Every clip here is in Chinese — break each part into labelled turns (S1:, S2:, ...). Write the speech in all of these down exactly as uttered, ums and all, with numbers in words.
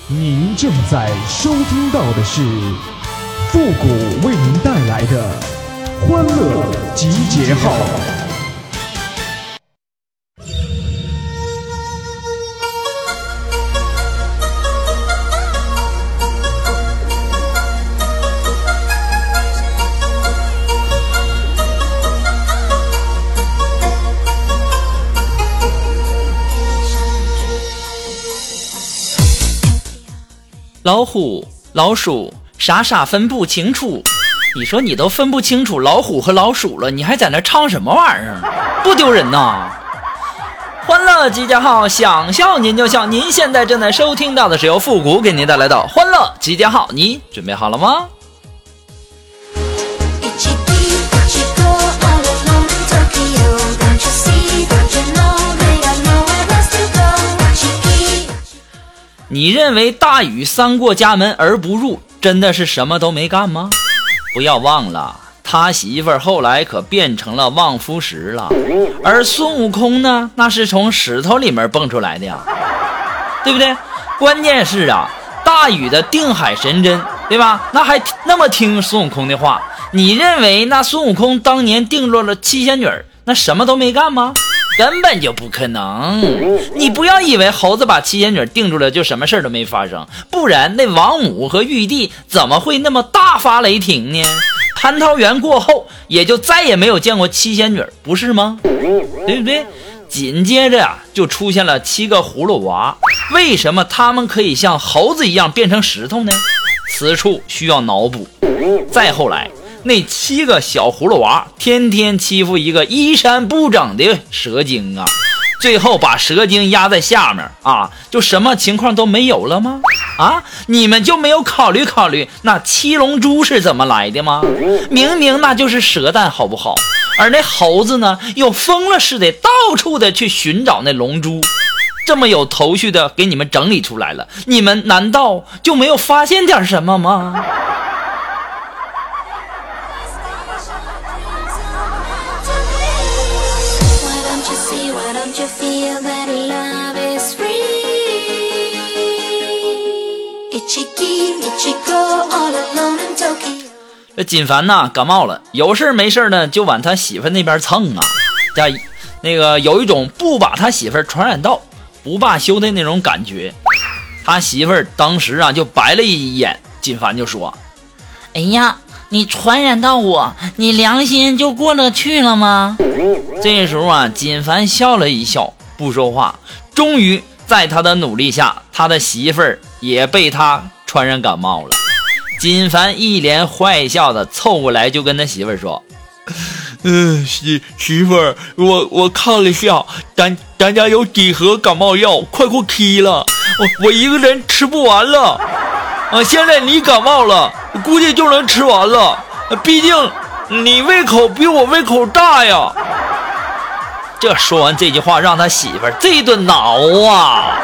S1: 您正在收听到的是复古为您带来的欢乐集结号。
S2: 老虎老鼠傻傻分不清楚，你说你都分不清楚老虎和老鼠了，你还在那唱什么玩意儿？不丢人呐！欢乐集结号，想笑您就笑。您现在正在收听到的是由复古给您带来的欢乐集结号，你准备好了吗？你认为大禹三过家门而不入，真的是什么都没干吗？不要忘了，他媳妇儿后来可变成了望夫石了，而孙悟空呢，那是从石头里面蹦出来的呀，对不对？关键是啊，大禹的定海神针，对吧？那还那么听孙悟空的话，你认为那孙悟空当年定落了七仙女，那什么都没干吗？根本就不可能！你不要以为猴子把七仙女定住了就什么事都没发生，不然那王母和玉帝怎么会那么大发雷霆呢？蟠桃园过后也就再也没有见过七仙女，不是吗？对不对？紧接着啊，就出现了七个葫芦娃。为什么他们可以像猴子一样变成石头呢？此处需要脑补。再后来，那七个小葫芦娃天天欺负一个衣衫不整的蛇精啊，最后把蛇精压在下面啊，就什么情况都没有了吗？啊，你们就没有考虑考虑那七龙珠是怎么来的吗？明明那就是蛇蛋好不好？而那猴子呢，又疯了似的到处的去寻找那龙珠，这么有头绪的给你们整理出来了，你们难道就没有发现点什么吗？这锦凡呐感冒了，有事没事呢就往他媳妇那边蹭啊，这那个有一种不把他媳妇传染到不罢休的那种感觉。他媳妇当时啊就白了一眼，锦凡就说：
S3: 哎呀，你传染到我，你良心就过得去了吗？
S2: 这时候啊，锦凡笑了一笑，不说话。终于在他的努力下，他的媳妇儿也被他传染感冒了。锦凡一脸坏笑的凑过来就跟他媳妇儿说：嗯，媳媳妇儿，我我看了下，咱咱家有几盒感冒药，快过期了，我我一个人吃不完了啊！现在你感冒了，估计就能吃完了，毕竟你胃口比我胃口大呀。这说完这句话，让他媳妇儿这一顿挠啊！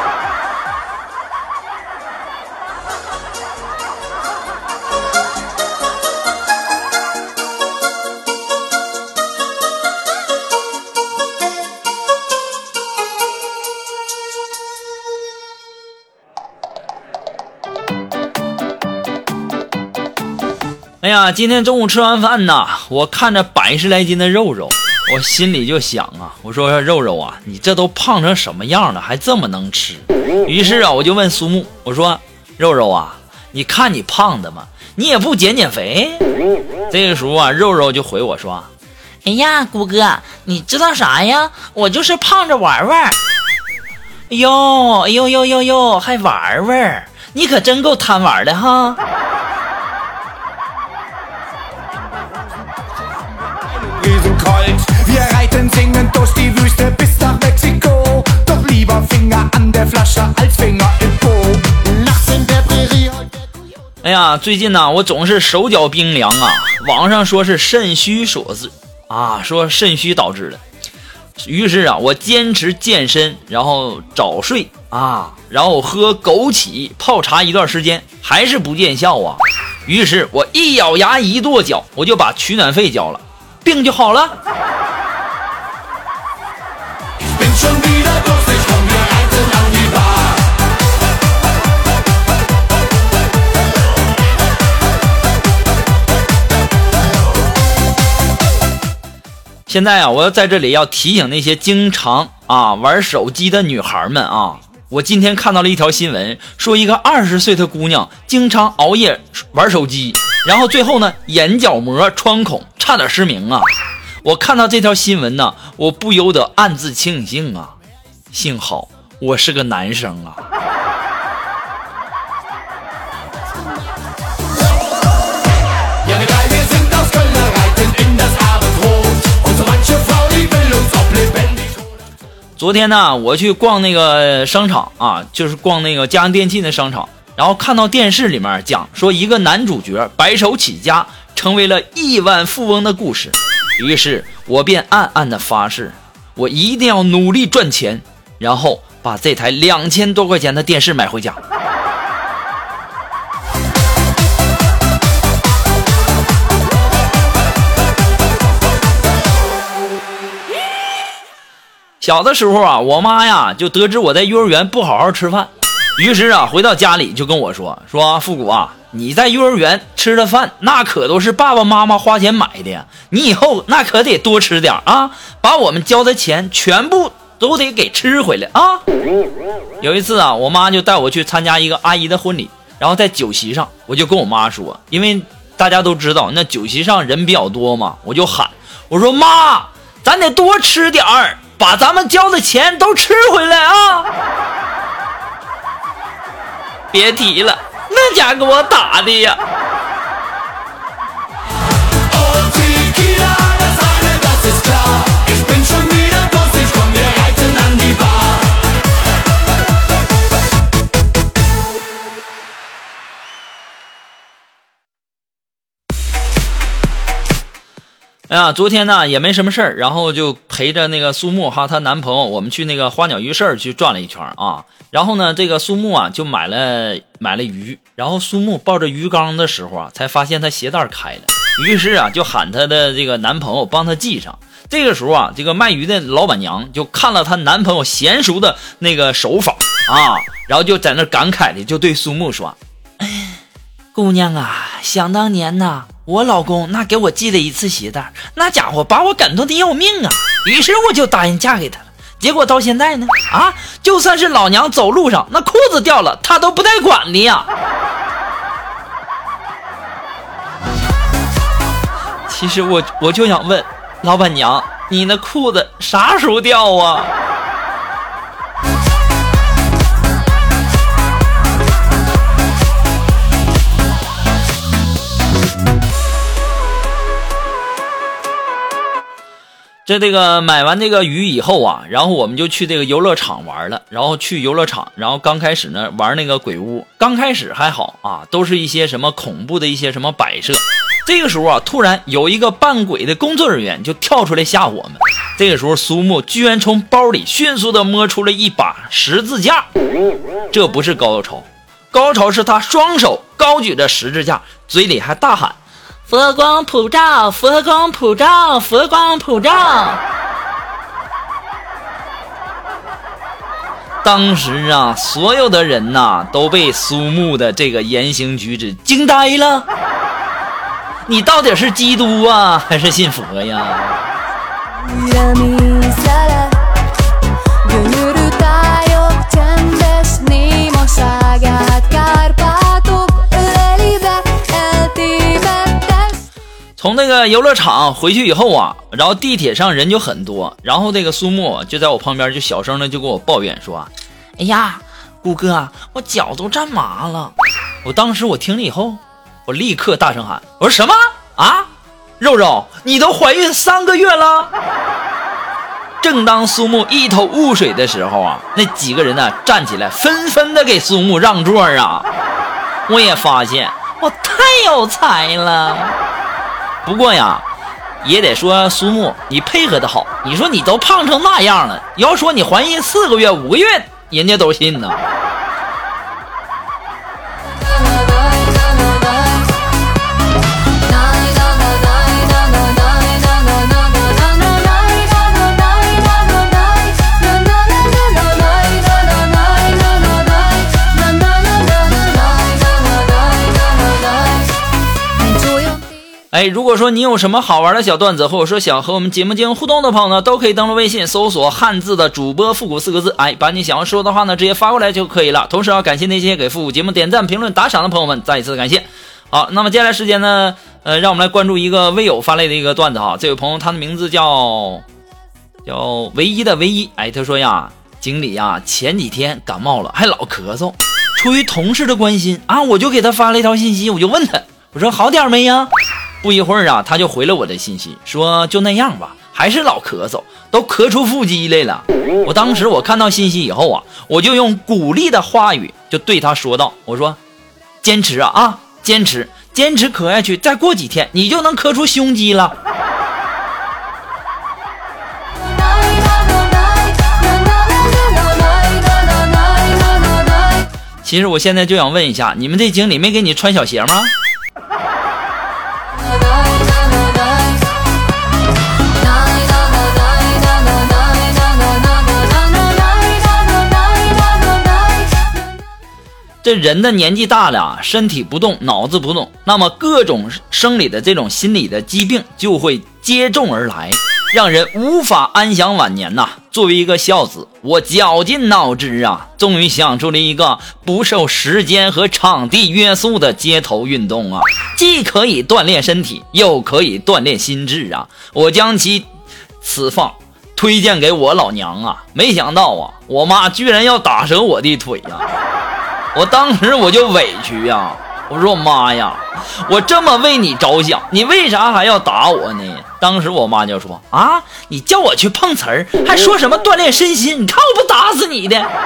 S2: 哎呀，今天中午吃完饭呐，我看着百十来斤的肉肉，我心里就想啊，我说肉肉啊，你这都胖成什么样了，还这么能吃？于是啊，我就问苏木，我说肉肉啊，你看你胖的嘛，你也不减减肥？这个时候啊，肉肉就回我说：
S3: 哎呀，谷哥，你知道啥呀？我就是胖着玩玩。
S2: 哎呦，哎呦呦呦呦，还玩玩？你可真够贪玩的哈！哎呀，最近呢，我总是手脚冰凉啊。网上说是肾虚所致啊，说肾虚导致的。于是啊，我坚持健身，然后早睡啊，然后喝枸杞泡茶一段时间，还是不见效啊。于是我一咬牙一跺脚，我就把取暖费交了，病就好了。 现在啊，我要在这里要提醒那些经常啊玩手机的女孩们啊，我今天看到了一条新闻，说一个二十岁的姑娘经常熬夜玩手机，然后最后呢眼角膜穿孔，差点失明啊。我看到这条新闻呢，我不由得暗自庆幸啊，幸好我是个男生啊。昨天呢，我去逛那个商场啊，就是逛那个家用电器的商场，然后看到电视里面讲说一个男主角白手起家，成为了亿万富翁的故事。于是我便暗暗的发誓，我一定要努力赚钱，然后把这台两千多块钱的电视买回家。小的时候啊，我妈呀就得知我在幼儿园不好好吃饭，于是啊回到家里就跟我说说复古啊，你在幼儿园吃的饭那可都是爸爸妈妈花钱买的呀，你以后那可得多吃点啊，把我们交的钱全部都得给吃回来啊。有一次啊，我妈就带我去参加一个阿姨的婚礼，然后在酒席上我就跟我妈说，因为大家都知道那酒席上人比较多嘛，我就喊我说妈，咱得多吃点儿，把咱们交的钱都吃回来啊。别提了，那家给我打的呀。哎呀，昨天呢也没什么事儿，然后就陪着那个苏木哈她男朋友，我们去那个花鸟鱼市去转了一圈啊。然后呢，这个苏木啊就买了买了鱼，然后苏木抱着鱼缸的时候啊，才发现他鞋带开了，于是啊就喊她的这个男朋友帮她系上。这个时候啊，这个卖鱼的老板娘就看了她男朋友娴熟的那个手法啊，然后就在那感慨的就对苏木说：“姑娘啊，想当年呐，我老公那给我系了一次鞋带，那家伙把我感动的要命啊，于是我就答应嫁给他了。结果到现在呢，啊，就算是老娘走路上那裤子掉了，他都不带管的呀。”其实我我就想问老板娘，你那裤子啥时候掉啊？这这个买完这个鱼以后啊，然后我们就去这个游乐场玩了，然后去游乐场，然后刚开始呢玩那个鬼屋，刚开始还好啊，都是一些什么恐怖的一些什么摆设。这个时候啊，突然有一个扮鬼的工作人员就跳出来吓我们。这个时候苏木居然从包里迅速的摸出了一把十字架，这不是高潮，高潮是他双手高举着十字架，嘴里还大喊：“佛光普照，佛光普照，佛光普照。”当时啊，所有的人呐、啊、都被苏木的这个言行举止惊呆了。你到底是基督啊，还是信佛呀？从那个游乐场回去以后啊，然后地铁上人就很多，然后这个苏木就在我旁边就小声的就跟我抱怨说：“哎呀，顾哥，我脚都站麻了。”我当时我听了以后，我立刻大声喊：“我说什么啊？肉肉，你都怀孕三个月了？”正当苏木一头雾水的时候啊，那几个人呢站起来，纷纷的给苏木让座啊。我也发现我太有才了。不过呀，也得说苏木你配合的好。你说你都胖成那样了，要说你怀孕四个月、五个月，人家都信呢。 哎，如果说你有什么好玩的小段子，或者说想和我们节目进行互动的朋友呢，都可以登录微信搜索汉字的主播复古四个字，哎，把你想要说的话呢直接发过来就可以了。同时要感谢那些给复古节目点赞评论打赏的朋友们，再一次感谢。好，那么接下来时间呢，呃，让我们来关注一个微友发来的一个段子哈。这位朋友他的名字叫叫唯一的唯一，哎，他说呀，经理呀，前几天感冒了，还老咳嗽，出于同事的关心啊，我就给他发了一条信息，我就问他，我说好点没呀？不一会儿啊，他就回了我的信息，说就那样吧，还是老咳嗽，都咳出腹肌来了。我当时我看到信息以后啊，我就用鼓励的话语就对他说道，我说坚持啊啊，坚持坚持咳下去，再过几天你就能咳出胸肌了。其实我现在就想问一下，你们这经理没给你穿小鞋吗？这人的年纪大了，身体不动，脑子不动，那么各种生理的这种心理的疾病就会接踵而来，让人无法安享晚年呐、啊。作为一个孝子，我绞尽脑汁啊，终于想出了一个不受时间和场地约束的街头运动啊，既可以锻炼身体，又可以锻炼心智啊。我将其此放推荐给我老娘啊，没想到啊，我妈居然要打折我的腿呀、啊！我当时我就委屈呀、啊，我说妈呀，我这么为你着想，你为啥还要打我呢？当时我妈就说啊，你叫我去碰瓷儿，还说什么锻炼身心，你看我不打死你的。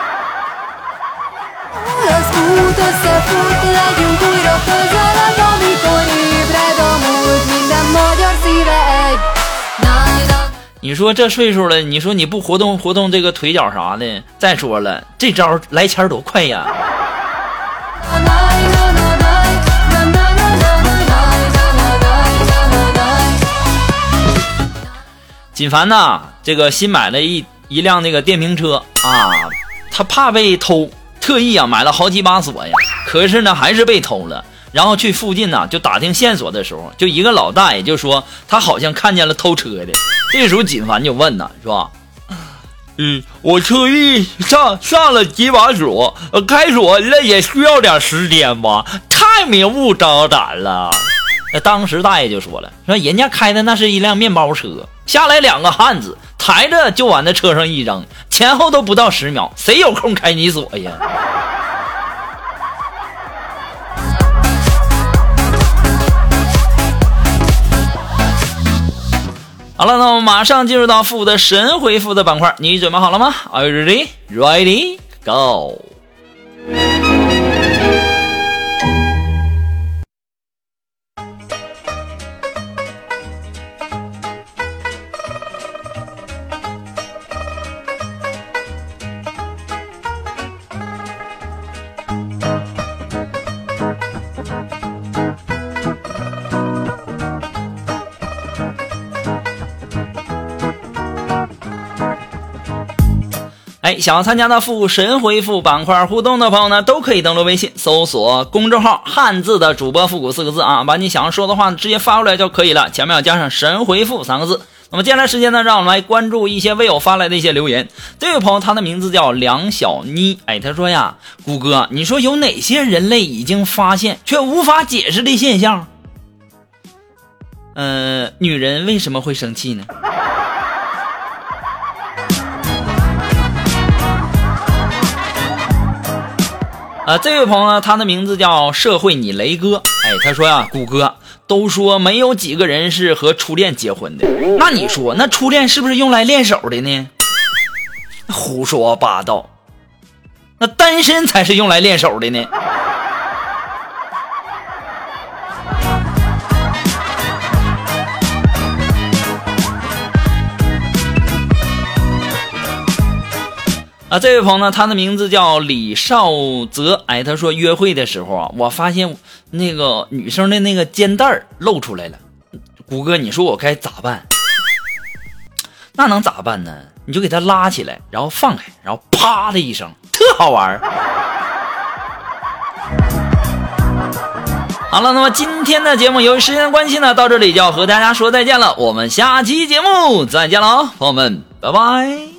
S2: 你说这岁数了，你说你不活动活动这个腿脚啥的，再说了，这招来钱多快呀！锦凡呐，这个新买了一一辆那个电瓶车啊，他怕被偷，特意啊买了好几把锁呀，可是呢还是被偷了。然后去附近呢、啊、就打听线索的时候，就一个老大爷就说他好像看见了偷车的。这时候锦凡就问呢，是吧？嗯，我特意上上了几把锁，开锁那也需要点时间吧，太明目张胆了。那当时大爷就说了，说人家开的那是一辆面包车，下来两个汉子抬着就往那车上一扔，前后都不到十秒，谁有空开你锁呀？好了，那我们马上进入到复古的神回复的板块，你准备好了吗？ Are you ready? Ready? Go!哎，想要参加到复古神回复板块互动的朋友呢，都可以登录微信搜索公众号汉字的主播复古四个字啊，把你想要说的话直接发过来就可以了，前面要加上神回复三个字。那么接下来时间呢，让我们来关注一些微友发来的一些留言。这位朋友他的名字叫梁小妮，哎，他说呀，谷歌，你说有哪些人类已经发现却无法解释的现象？呃，女人为什么会生气呢？啊，这位朋友呢，他的名字叫社会你雷哥，哎，他说呀，谷歌，都说没有几个人是和初恋结婚的，那你说那初恋是不是用来练手的呢？胡说八道，那单身才是用来练手的呢。啊，这位朋友呢，他的名字叫李少泽，哎，他说约会的时候啊，我发现那个女生的那个肩带露出来了，谷歌，你说我该咋办？那能咋办呢？你就给她拉起来，然后放开，然后啪的一声，特好玩。 好了，那么今天的节目由于时间关系呢，到这里就要和大家说再见了。我们下期节目再见了，朋友们，拜拜。